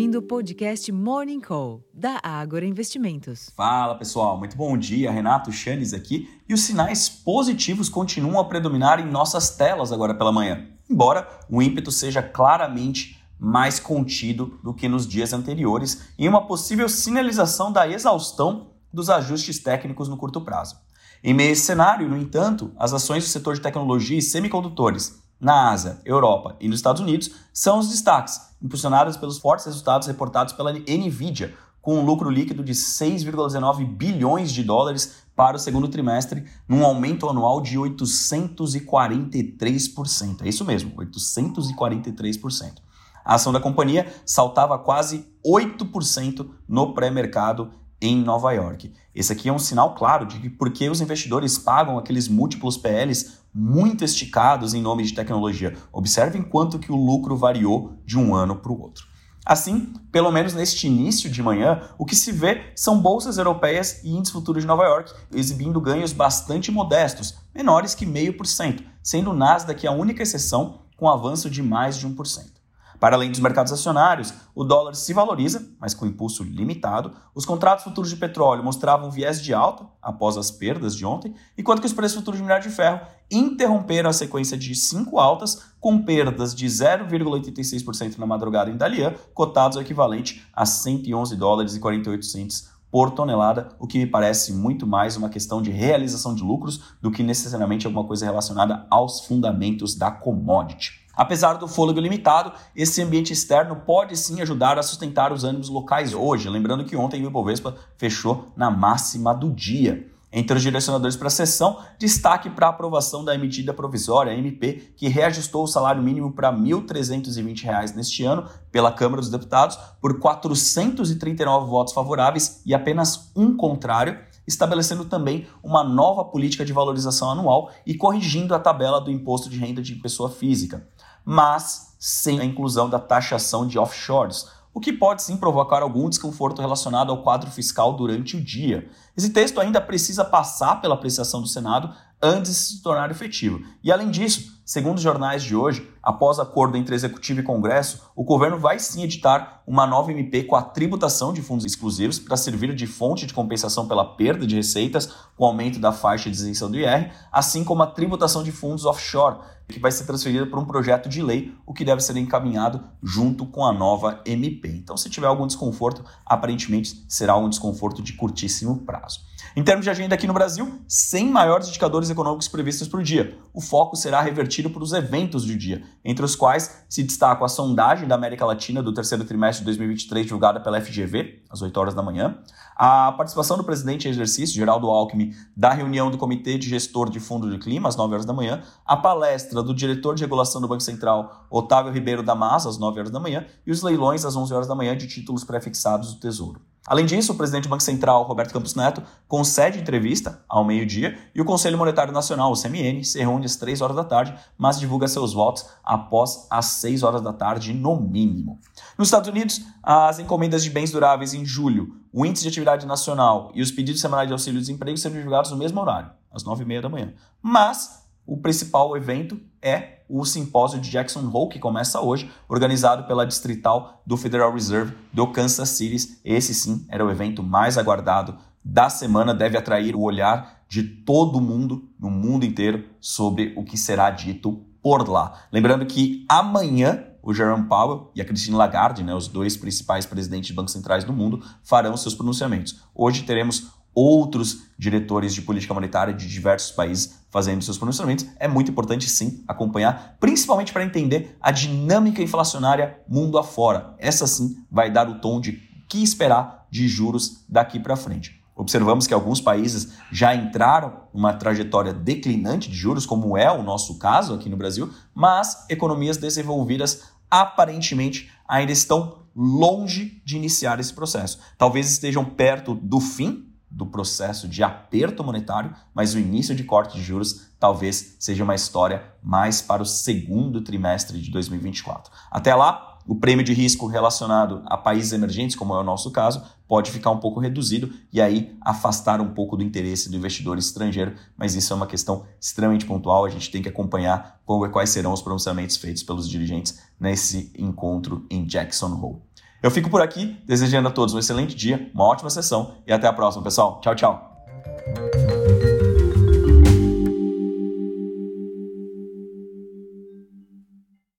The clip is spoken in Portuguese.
ouvindo o podcast Morning Call, da Ágora Investimentos. Fala pessoal, muito bom dia, Renato Chanes aqui. E os sinais positivos continuam a predominar em nossas telas agora pela manhã, embora o ímpeto seja claramente mais contido do que nos dias anteriores em uma possível sinalização da exaustão dos ajustes técnicos no curto prazo. Em meio a esse cenário, no entanto, as ações do setor de tecnologia e semicondutores na Ásia, Europa e nos Estados Unidos são os destaques, impulsionadas pelos fortes resultados reportados pela Nvidia, com um lucro líquido de 6,19 bilhões de dólares para o segundo trimestre, num aumento anual de 843%. É isso mesmo, 843%. A ação da companhia saltava quase 8% no pré-mercado em Nova York. Esse aqui é um sinal claro de que porque os investidores pagam aqueles múltiplos PLs muito esticados em nome de tecnologia. Observem quanto que o lucro variou de um ano para o outro. Assim, pelo menos neste início de manhã, o que se vê são bolsas europeias e índices futuros de Nova York exibindo ganhos bastante modestos, menores que 0,5%, sendo o Nasdaq a única exceção com avanço de mais de 1%. Para além dos mercados acionários, o dólar se valoriza, mas com impulso limitado. Os contratos futuros de petróleo mostravam viés de alta após as perdas de ontem, enquanto que os preços futuros de minério de ferro interromperam a sequência de 5 altas, com perdas de 0,86% na madrugada em Dalian, cotados ao equivalente a $111,48 por tonelada, o que me parece muito mais uma questão de realização de lucros do que necessariamente alguma coisa relacionada aos fundamentos da commodity. Apesar do fôlego limitado, esse ambiente externo pode sim ajudar a sustentar os ânimos locais hoje, lembrando que ontem o Ibovespa fechou na máxima do dia. Entre os direcionadores para a sessão, destaque para a aprovação da medida provisória, MP, que reajustou o salário mínimo para R$ 1.320 neste ano pela Câmara dos Deputados por 439 votos favoráveis e apenas um contrário, estabelecendo também uma nova política de valorização anual e corrigindo a tabela do imposto de renda de pessoa física, mas sem a inclusão da taxação de offshores, o que pode sim provocar algum desconforto relacionado ao quadro fiscal durante o dia. Esse texto ainda precisa passar pela apreciação do Senado antes de se tornar efetivo. E além disso, segundo os jornais de hoje, após acordo entre Executivo e Congresso, o governo vai sim editar uma nova MP com a tributação de fundos exclusivos para servir de fonte de compensação pela perda de receitas com o aumento da faixa de isenção do IR, assim como a tributação de fundos offshore, que vai ser transferida para um projeto de lei, o que deve ser encaminhado junto com a nova MP. Então, se tiver algum desconforto, aparentemente será um desconforto de curtíssimo prazo. Em termos de agenda aqui no Brasil, 100 maiores indicadores econômicos previstos por dia. O foco será revertido para os eventos do dia, entre os quais se destaca a sondagem da América Latina do terceiro trimestre de 2023, divulgada pela FGV, às 8 horas da manhã, a participação do presidente em exercício, Geraldo Alckmin, da reunião do Comitê de Gestor de Fundo de Clima, às 9 horas da manhã, a palestra do diretor de regulação do Banco Central, Otávio Ribeiro Damas, às 9 horas da manhã, e os leilões às 11 horas da manhã de títulos prefixados do Tesouro. Além disso, o presidente do Banco Central, Roberto Campos Neto, concede entrevista ao meio-dia e o Conselho Monetário Nacional, o CMN, se reúne às 3 horas da tarde, mas divulga seus votos após as 6 horas da tarde, no mínimo. Nos Estados Unidos, as encomendas de bens duráveis em julho, o índice de atividade nacional e os pedidos semanais de auxílio-desemprego serão divulgados no mesmo horário, às 9h30 da manhã. Mas o principal evento é o simpósio de Jackson Hole, que começa hoje, organizado pela Distrital do Federal Reserve do Kansas City. Esse sim era o evento mais aguardado da semana, deve atrair o olhar de todo mundo, no mundo inteiro, sobre o que será dito por lá. Lembrando que amanhã o Jerome Powell e a Christine Lagarde, os dois principais presidentes de bancos centrais do mundo, farão seus pronunciamentos. Hoje teremos outros diretores de política monetária de diversos países fazendo seus pronunciamentos. É muito importante, sim, acompanhar, principalmente para entender a dinâmica inflacionária mundo afora. Essa, sim, vai dar o tom de que esperar de juros daqui para frente. Observamos que alguns países já entraram numa trajetória declinante de juros, como é o nosso caso aqui no Brasil, mas economias desenvolvidas aparentemente ainda estão longe de iniciar esse processo. Talvez estejam perto do fim do processo de aperto monetário, mas o início de corte de juros talvez seja uma história mais para o segundo trimestre de 2024. Até lá, o prêmio de risco relacionado a países emergentes, como é o nosso caso, pode ficar um pouco reduzido e aí afastar um pouco do interesse do investidor estrangeiro, mas isso é uma questão extremamente pontual, a gente tem que acompanhar quais serão os pronunciamentos feitos pelos dirigentes nesse encontro em Jackson Hole. Eu fico por aqui, desejando a todos um excelente dia, uma ótima sessão e até a próxima, pessoal. Tchau, tchau.